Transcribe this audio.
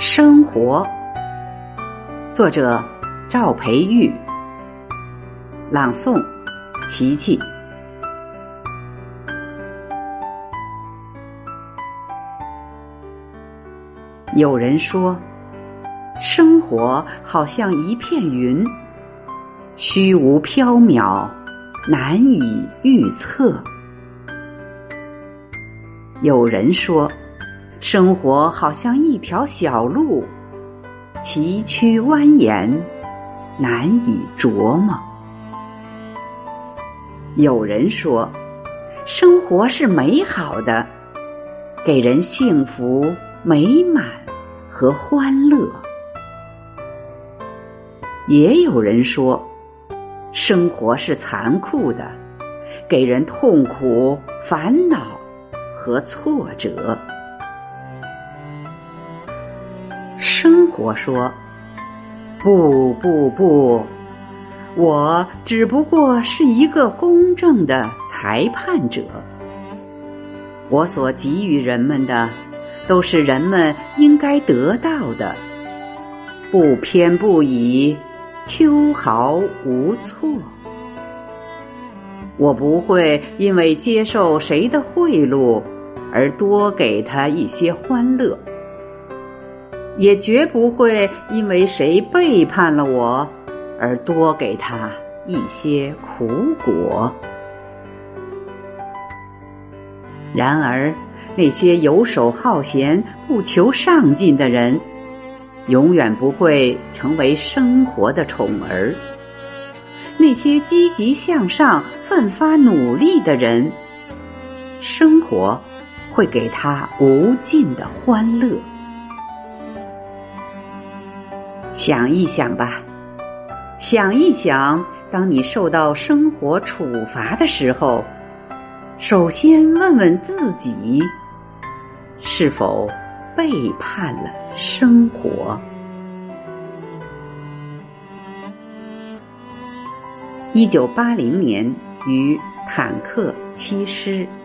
生活，作者赵培玉，朗诵琪琪。有人说，生活好像一片云，虚无缥缈，难以预测。有人说，生活好像一条小路，崎岖蜿蜒，难以琢磨。有人说，生活是美好的，给人幸福、美满和欢乐。也有人说，生活是残酷的，给人痛苦、烦恼和挫折。生活说，不，我只不过是一个公正的裁判者，我所给予人们的都是人们应该得到的，不偏不倚，秋毫无错。我不会因为接受谁的贿赂而多给他一些欢乐，也绝不会因为谁背叛了我而多给他一些苦果。然而，那些游手好闲、不求上进的人，永远不会成为生活的宠儿。那些积极向上、奋发努力的人，生活会给他无尽的欢乐。想一想吧，想一想，当你受到生活处罚的时候，首先问问自己，是否背叛了生活？1980年于坦克七师